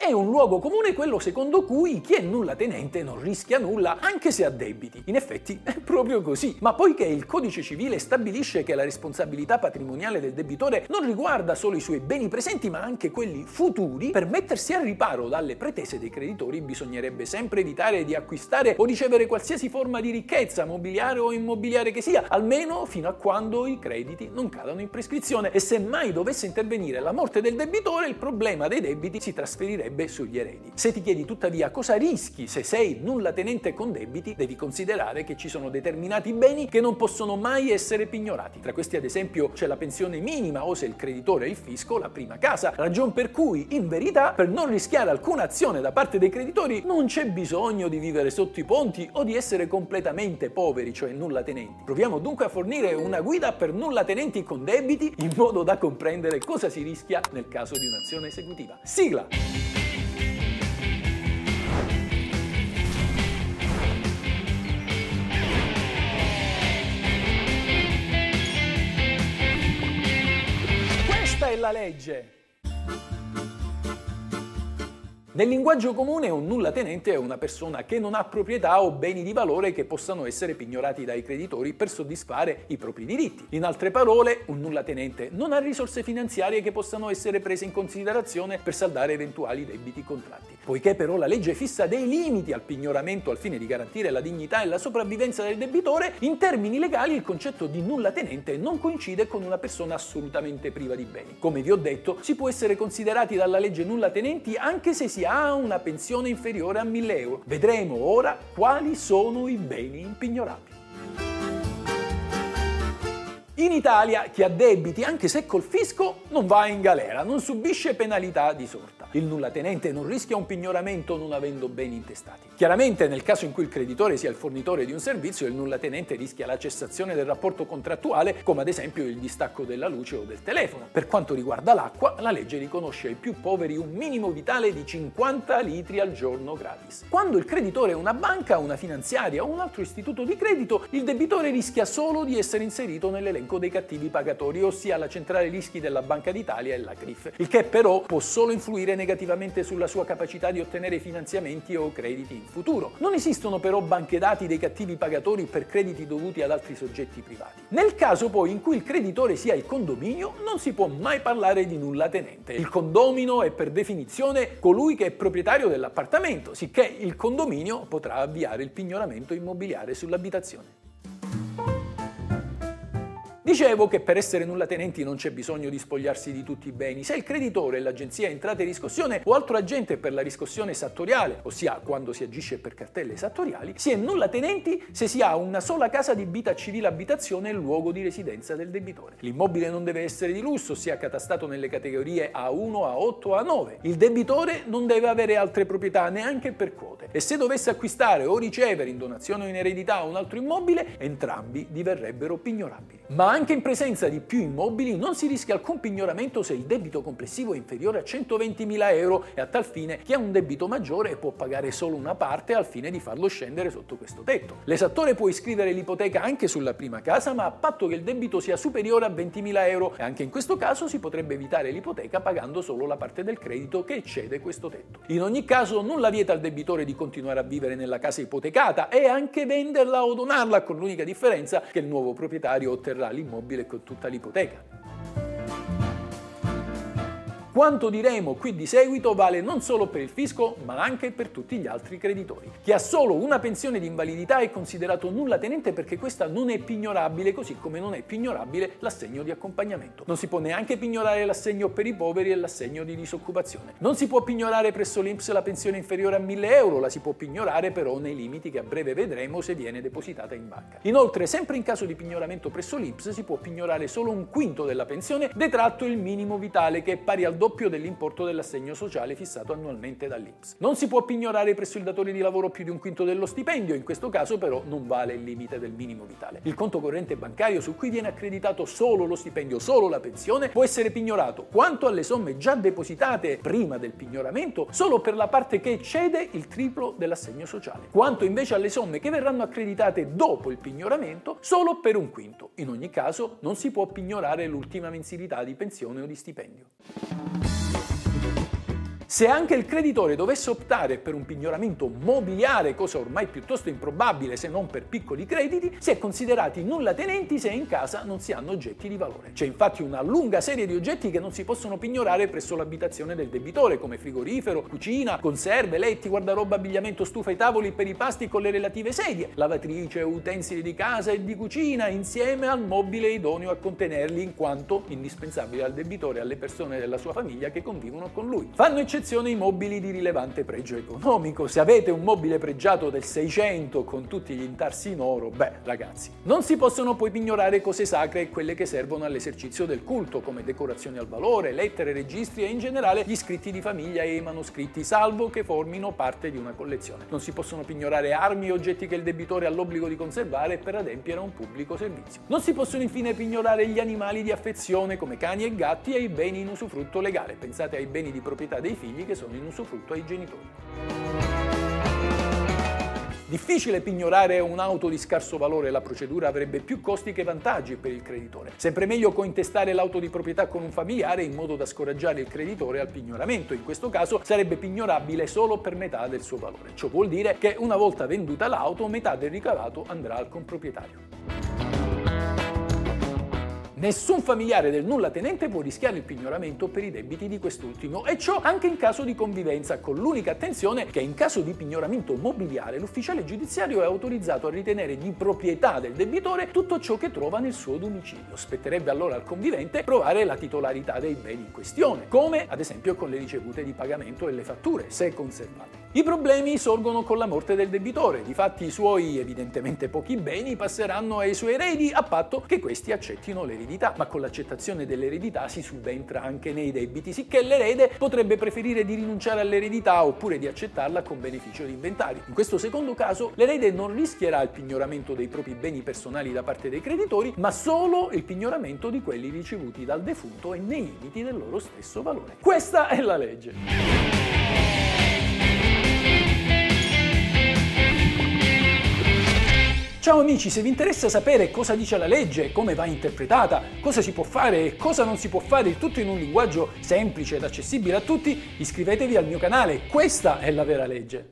È un luogo comune quello secondo cui chi è nullatenente non rischia nulla anche se ha debiti. In effetti è proprio così, ma poiché il codice civile stabilisce che la responsabilità patrimoniale del debitore non riguarda solo i suoi beni presenti ma anche quelli futuri, per mettersi al riparo dalle pretese dei creditori bisognerebbe sempre evitare di acquistare o ricevere qualsiasi forma di ricchezza, mobiliare o immobiliare che sia, almeno fino a quando i crediti non cadano in prescrizione, e se mai dovesse intervenire la morte del debitore il problema dei debiti si trasferirebbe sugli eredi. Se ti chiedi tuttavia cosa rischi se sei nullatenente con debiti, devi considerare che ci sono determinati beni che non possono mai essere pignorati. Tra questi ad esempio c'è la pensione minima o, se il creditore è il fisco, la prima casa, ragion per cui in verità per non rischiare alcuna azione da parte dei creditori non c'è bisogno di vivere sotto i ponti o di essere completamente poveri, cioè nullatenenti. Proviamo dunque a fornire una guida per nullatenenti con debiti in modo da comprendere cosa si rischia nel caso di un'azione esecutiva. Sigla! Questa è la legge! Nel linguaggio comune un nullatenente è una persona che non ha proprietà o beni di valore che possano essere pignorati dai creditori per soddisfare i propri diritti. In altre parole, un nullatenente non ha risorse finanziarie che possano essere prese in considerazione per saldare eventuali debiti contratti. Poiché però la legge fissa dei limiti al pignoramento al fine di garantire la dignità e la sopravvivenza del debitore, in termini legali il concetto di nullatenente non coincide con una persona assolutamente priva di beni. Come vi ho detto, si può essere considerati dalla legge nullatenenti anche se si ha una pensione inferiore a 1.000 euro. Vedremo ora quali sono i beni impignorabili. In Italia chi ha debiti, anche se col fisco, non va in galera, non subisce penalità di sorta. Il nullatenente non rischia un pignoramento non avendo beni intestati. Chiaramente nel caso in cui il creditore sia il fornitore di un servizio, il nullatenente rischia la cessazione del rapporto contrattuale, come ad esempio il distacco della luce o del telefono. Per quanto riguarda l'acqua, la legge riconosce ai più poveri un minimo vitale di 50 litri al giorno gratis. Quando il creditore è una banca, una finanziaria o un altro istituto di credito, il debitore rischia solo di essere inserito nell'elenco dei cattivi pagatori, ossia la centrale rischi della Banca d'Italia e la CRIF, il che però può solo influire negativamente sulla sua capacità di ottenere finanziamenti o crediti in futuro. Non esistono però banche dati dei cattivi pagatori per crediti dovuti ad altri soggetti privati. Nel caso poi in cui il creditore sia il condominio, non si può mai parlare di nullatenente. Il condomino è per definizione colui che è proprietario dell'appartamento, sicché il condominio potrà avviare il pignoramento immobiliare sull'abitazione. Dicevo che per essere nullatenenti non c'è bisogno di spogliarsi di tutti i beni. Se il creditore, l'agenzia entrate e riscossione o altro agente per la riscossione esattoriale, ossia quando si agisce per cartelle esattoriali, si è nullatenenti se si ha una sola casa adibita a civile abitazione e luogo di residenza del debitore. L'immobile non deve essere di lusso, sia accatastato nelle categorie A1, A8, A9. Il debitore non deve avere altre proprietà neanche per quote, e se dovesse acquistare o ricevere in donazione o in eredità un altro immobile, entrambi diverrebbero pignorabili. Ma anche in presenza di più immobili non si rischia alcun pignoramento se il debito complessivo è inferiore a 120.000 euro, e a tal fine chi ha un debito maggiore può pagare solo una parte al fine di farlo scendere sotto questo tetto. L'esattore può iscrivere l'ipoteca anche sulla prima casa, ma a patto che il debito sia superiore a 20.000 euro, e anche in questo caso si potrebbe evitare l'ipoteca pagando solo la parte del credito che eccede questo tetto. In ogni caso nulla vieta al debitore di continuare a vivere nella casa ipotecata e anche venderla o donarla, con l'unica differenza che il nuovo proprietario otterrà l'immobile con tutta l'ipoteca. Quanto diremo qui di seguito vale non solo per il fisco, ma anche per tutti gli altri creditori. Chi ha solo una pensione di invalidità è considerato nullatenente perché questa non è pignorabile, così come non è pignorabile l'assegno di accompagnamento. Non si può neanche pignorare l'assegno per i poveri e l'assegno di disoccupazione. Non si può pignorare presso l'INPS la pensione inferiore a 1.000 euro, la si può pignorare però nei limiti che a breve vedremo se viene depositata in banca. Inoltre, sempre in caso di pignoramento presso l'INPS, si può pignorare solo un quinto della pensione, detratto il minimo vitale, che è pari al doppio dell'importo dell'assegno sociale fissato annualmente dall'INPS. Non si può pignorare presso il datore di lavoro più di un quinto dello stipendio, in questo caso però non vale il limite del minimo vitale. Il conto corrente bancario su cui viene accreditato solo lo stipendio, solo la pensione, può essere pignorato quanto alle somme già depositate prima del pignoramento solo per la parte che eccede il triplo dell'assegno sociale, quanto invece alle somme che verranno accreditate dopo il pignoramento solo per un quinto. In ogni caso non si può pignorare l'ultima mensilità di pensione o di stipendio. Se anche il creditore dovesse optare per un pignoramento mobiliare, cosa ormai piuttosto improbabile se non per piccoli crediti, si è considerati nullatenenti se in casa non si hanno oggetti di valore. C'è infatti una lunga serie di oggetti che non si possono pignorare presso l'abitazione del debitore, come frigorifero, cucina, conserve, letti, guardaroba, abbigliamento, stufa e tavoli per i pasti con le relative sedie, lavatrice, utensili di casa e di cucina, insieme al mobile idoneo a contenerli in quanto indispensabile al debitore e alle persone della sua famiglia che convivono con lui. Fanno eccezione i mobili di rilevante pregio economico. Se avete un mobile pregiato del 600 con tutti gli intarsi in oro, beh ragazzi. Non si possono poi pignorare cose sacre e quelle che servono all'esercizio del culto, come decorazioni al valore, lettere, registri e in generale gli scritti di famiglia e i manoscritti, salvo che formino parte di una collezione. Non si possono pignorare armi e oggetti che il debitore ha l'obbligo di conservare per adempiere a un pubblico servizio. Non si possono infine pignorare gli animali di affezione come cani e gatti e i beni in usufrutto legale. Pensate ai beni di proprietà dei figli che sono in usufrutto ai genitori. Difficile pignorare un'auto di scarso valore, la procedura avrebbe più costi che vantaggi per il creditore. Sempre meglio cointestare l'auto di proprietà con un familiare in modo da scoraggiare il creditore al pignoramento. In questo caso sarebbe pignorabile solo per metà del suo valore. Ciò vuol dire che una volta venduta l'auto, metà del ricavato andrà al comproprietario. Nessun familiare del nullatenente può rischiare il pignoramento per i debiti di quest'ultimo, e ciò anche in caso di convivenza, con l'unica attenzione che in caso di pignoramento mobiliare l'ufficiale giudiziario è autorizzato a ritenere di proprietà del debitore tutto ciò che trova nel suo domicilio. Spetterebbe allora al convivente provare la titolarità dei beni in questione, come ad esempio con le ricevute di pagamento e le fatture, se conservate. I problemi sorgono con la morte del debitore, difatti i suoi evidentemente pochi beni passeranno ai suoi eredi a patto che questi accettino l'eredità, ma con l'accettazione dell'eredità si subentra anche nei debiti, sicché l'erede potrebbe preferire di rinunciare all'eredità oppure di accettarla con beneficio di inventario. In questo secondo caso l'erede non rischierà il pignoramento dei propri beni personali da parte dei creditori, ma solo il pignoramento di quelli ricevuti dal defunto e nei limiti del loro stesso valore. Questa è la legge. Ciao amici, se vi interessa sapere cosa dice la legge, come va interpretata, cosa si può fare e cosa non si può fare, il tutto in un linguaggio semplice ed accessibile a tutti, iscrivetevi al mio canale, questa è la vera legge.